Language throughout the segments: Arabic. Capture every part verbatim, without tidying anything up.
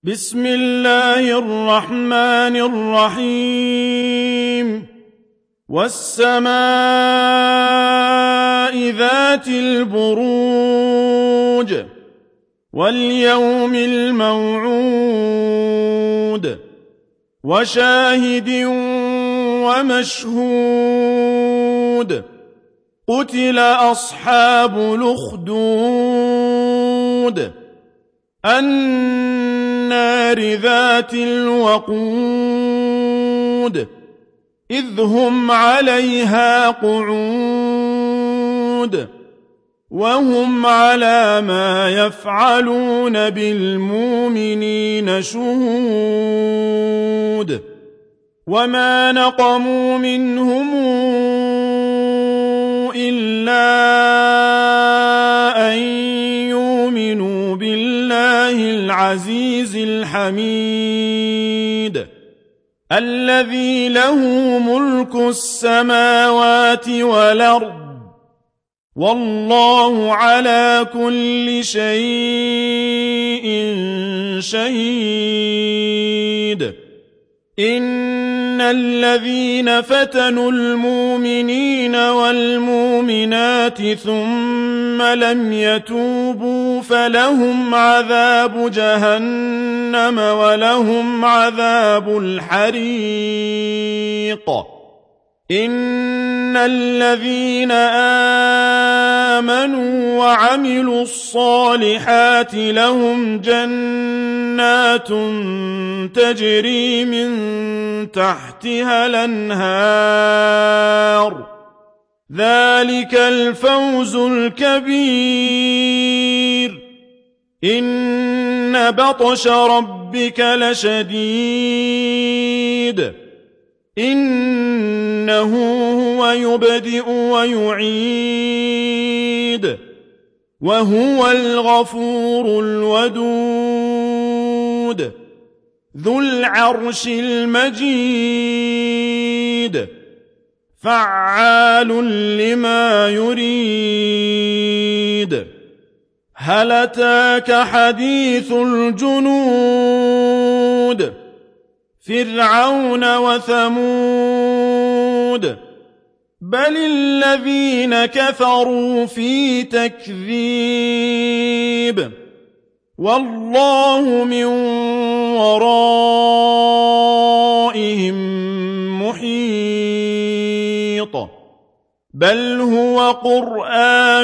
بسم الله الرحمن الرحيم والسماء ذات البروج واليوم الموعود وشاهد ومشهود قتل أصحاب الأخدود النار ذات الوقود إذ هم عليها قعود وهم على ما يفعلون بالمؤمنين شهود وما نقموا منهم إلا أن يؤمنوا بالله العزيز الحميد الذي له ملك السماوات والأرض والله على كل شيء شهيد إن الذين فتنوا المؤمنين والمؤمنات ثم لم يتوبوا فلهم عذاب جهنم ولهم عذاب الحريق إن الذين آمنوا وعملوا الصالحات لهم جنات تجري من تحتها الأنهار ذلك الفوز الكبير إن بطش ربك لشديد إنه هو يبدئ ويعيد وهو الغفور الودود ذو العرش المجيد فعال لما يريد هل أتاك حديث الجنود فرعون وثمود بل الذين كفروا في تكذيب والله من ورائهم محيط بل هو قرآن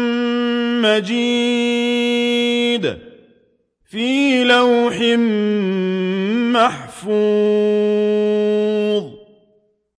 مجيد في لوح محفوظ